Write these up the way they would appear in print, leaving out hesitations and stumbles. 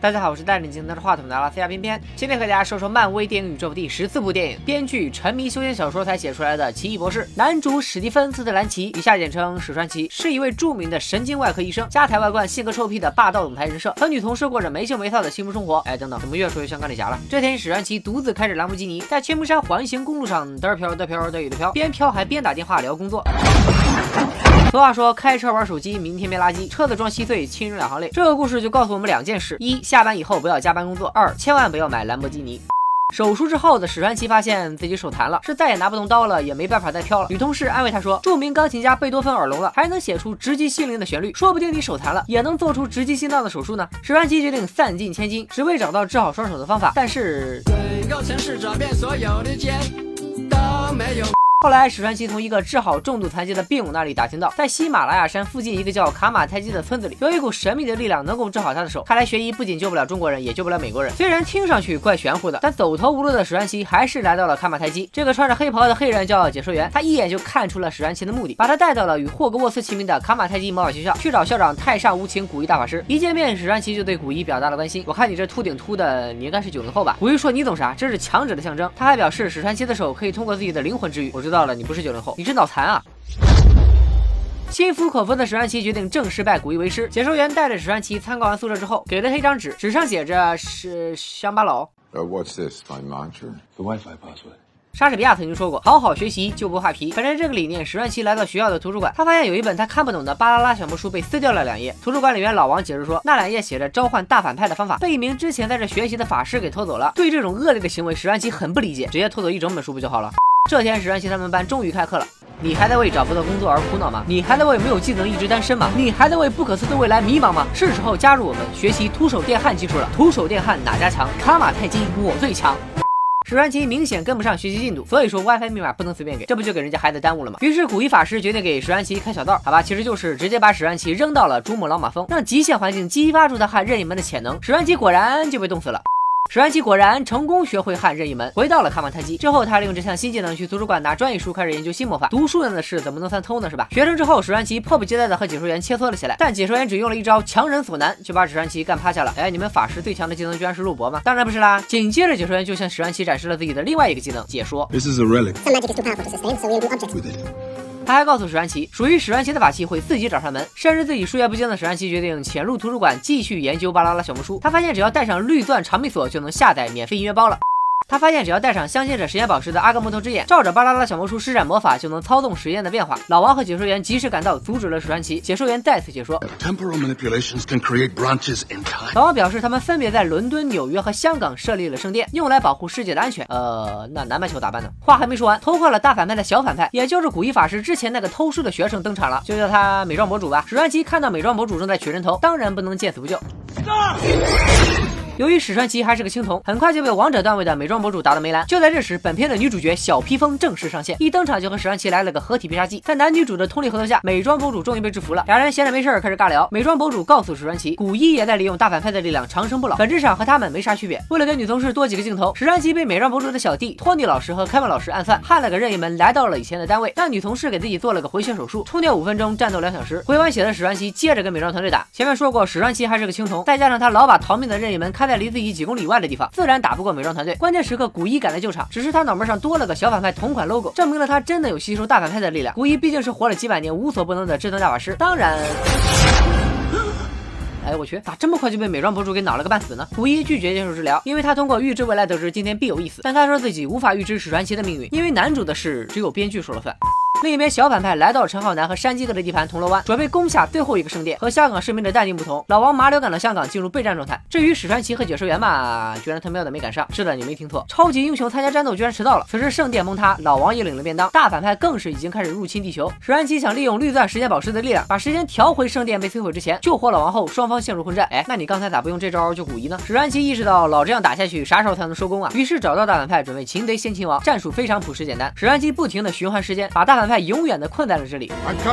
大家好，我是带领镜拿着话筒的阿拉斯加偏偏，今天和大家说说漫威电影宇宙第14部电影，编剧沉迷修仙小说才写出来的《奇异博士》。男主史蒂芬·斯特兰奇，以下简称史传奇，是一位著名的神经外科医生，家财万贯、性格臭屁的霸道总裁人设，和女同事过着没羞没臊的幸福生活。等等，怎么越说越像钢铁侠了？这天，史传奇独自开着兰博基尼，在青木山环形公路上嘚飘嘚飘嘚雨的飘，边飘还边打电话聊工作。俗话说，开车玩手机，明天没垃圾，车子装稀碎，亲人两行泪。这个故事就告诉我们2件事：一、下班以后不要加班工作；二、千万不要买兰博基尼。手术之后的史传奇发现自己手残了，是再也拿不动刀了，也没办法再飘了。女同事安慰他说，著名钢琴家贝多芬耳聋了，还能写出直击心灵的旋律，说不定你手残了也能做出直击心脏的手术呢。史传奇决定散尽千金，只为找到治好双手的方法。但是整个城市这边所有的钱都没有。后来，史传奇从一个治好重度残疾的病友那里打听到，在喜马拉雅山附近一个叫卡马泰基的村子里，有一股神秘的力量能够治好他的手。看来学医不仅救不了中国人，也救不了美国人。虽然听上去怪玄乎的，但走投无路的史传奇还是来到了卡马泰基。这个穿着黑袍的黑人叫解说员，他一眼就看出了史传奇的目的，把他带到了与霍格沃茨齐名的卡马泰基魔法学校，去找校长太上无情古一大法师。一见面，史传奇就对古一表达了关心。我看你这秃顶秃的，你应该是90后吧？古一说你懂啥？这是强者的象征。他还表示史传奇的手可以通过自己的灵魂治愈。我知道了，你不是90后。你这脑残啊！心服口服的史传奇决定正式拜古一为师。解说员带着史传奇参观完宿舍之后，给了他一张纸，纸上写着是乡巴佬。 What's this? My mantra? The Wi-Fi password. 莎士比亚曾经说过，好好学习就不画皮。本着这个理念，史传奇来到学校的图书馆，他发现有一本他看不懂的巴啦啦小魔书被撕掉了2页。图书管理员老王解释说，那2页写着召唤大反派的方法，被一名之前在这学习的法师给偷走了。对这种恶劣的行为，史传奇很不理解，直接偷走一整本书不就好了？这天，史传奇他们班终于开课了。你还在为找不到工作而苦恼吗？你还在为没有技能一直单身吗？你还在为不可测的未来迷茫吗？是时候加入我们，学习徒手电焊技术了。徒手电焊哪家强？卡马泰基我最强。史传奇明显跟不上学习进度，所以说 WiFi 密码不能随便给，这不就给人家孩子耽误了吗？于是古一法师决定给史传奇开小道，好吧，其实就是直接把史传奇扔到了珠穆朗玛峰，让极限环境激发出他焊任意门的潜能。史传奇果然就被冻死了。史传奇果然成功学会焊任意门，回到了卡马泰基。之后，他利用这项新技能去图书馆拿专业书，开始研究新魔法。读书人的事怎么能算偷呢？是吧？学成之后，史传奇迫不及待的和解说员切磋了起来，但解说员只用了一招强人所难，就把史传奇干趴下了。你们法师最强的技能居然是肉搏吗？当然不是啦！紧接着，解说员就向史传奇展示了自己的另外一个技能——解说。 This is a relic. Some magic is too powerful to sustain, so we'll do objects with it. 他还告诉史传奇，属于史传奇的法器会自己找上门。深知自己术业不精的史传奇决定潜入图书馆，继续研究巴啦啦小魔书。他发现只要带上绿钻长臂锁，就能下载免费音乐包了。他发现只要带上相信着实验宝石的阿格木头之眼，照着巴啦啦小魔书施展魔法，就能操纵实验的变化。老王和解说员及时赶到，阻止了史传奇。解说员再次解说 Temporal manipulations can create branches in time. 老王表示他们分别在伦敦、纽约和香港设立了圣殿，用来保护世界的安全。那南半球咋办呢？话还没说完，偷换了大反派的小反派，也就是古一法师之前那个偷书的学生登场了，就叫他美妆博主吧。史传奇看到美妆博主正在取人头，当然不能见死不救。由于史传奇还是个青铜，很快就被王者段位的美妆博主打得没蓝。就在这时，本片的女主角小披风正式上线，一登场就和史传奇来了个合体必杀技。在男女主的通力合作下，美妆博主终于被制服了。俩人闲着没事开始尬聊。美妆博主告诉史传奇，古一也在利用大反派的力量长生不老，本质上和他们没啥区别。为了给女同事多几个镜头，史传奇被美妆博主的小弟托尼老师和凯文老师暗算，焊了个任意门，来到了以前的单位，让女同事给自己做了个回血手术，充电5分钟，战斗2小时。回完血的史传奇接着跟美妆团队打。前面说过，史传奇还是个青铜，再加上他老把逃命的任意门开在离自己几公里以外的地方，自然打不过美妆团队。关键时刻，古一赶来救场，只是他脑门上多了个小反派同款 logo， 证明了他真的有吸收大反派的力量。古一毕竟是活了几百年无所不能的智能大法师，当然。我去，咋这么快就被美妆博主给挠了个半死呢？古一拒绝接受治疗，因为他通过预知未来得知今天必有一死，但他说自己无法预知史传奇的命运，因为男主的事只有编剧说了算。另一边，小反派来到陈浩南和山鸡哥的地盘铜锣湾，准备攻下最后一个圣殿。和香港市民的淡定不同，老王麻溜赶到香港进入备战状态。至于史传奇和解说员嘛，居然他喵的没赶上。是的，你没听错，超级英雄参加战斗居然迟到了。此时圣殿崩塌，老王也领了便当，大反派更是已经开始入侵地球。史传奇想利用绿钻时间宝石的力量，把时间调回圣殿被摧毁之前，救活老王后，双方陷入混战。那你刚才咋不用这招救古一呢？史传奇意识到老这样打下去，啥时候才能收工啊？于是找到大反派，准备擒贼先擒王。战术非常朴实简单，史传奇不停的循环时间，把大反派永远的困在了这里。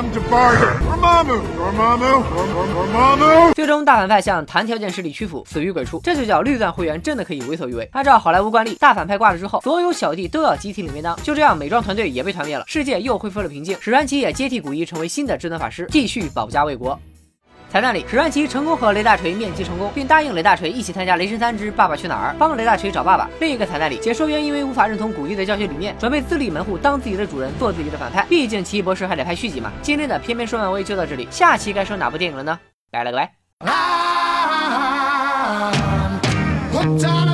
最终，大反派向谈条件势力屈服，死于鬼畜。这就叫绿钻会员真的可以为所欲为。按照好莱坞惯例，大反派挂了之后，所有小弟都要集体领便当。就这样，美妆团队也被团灭了，世界又恢复了平静。史传奇也接替古一成为新的智能法师，继续保家卫国。 彩蛋里，史传奇成功和雷大锤面基成功，并答应雷大锤一起参加《雷神3之爸爸去哪儿》，帮雷大锤找爸爸。另一个彩蛋里，解说员因为无法认同古一的教学理念，准备自立门户，当自己的主人，做自己的反派。毕竟奇异博士还得拍续集嘛。今天的偏偏说漫威就到这里，下期该说哪部电影了呢？拜了个拜。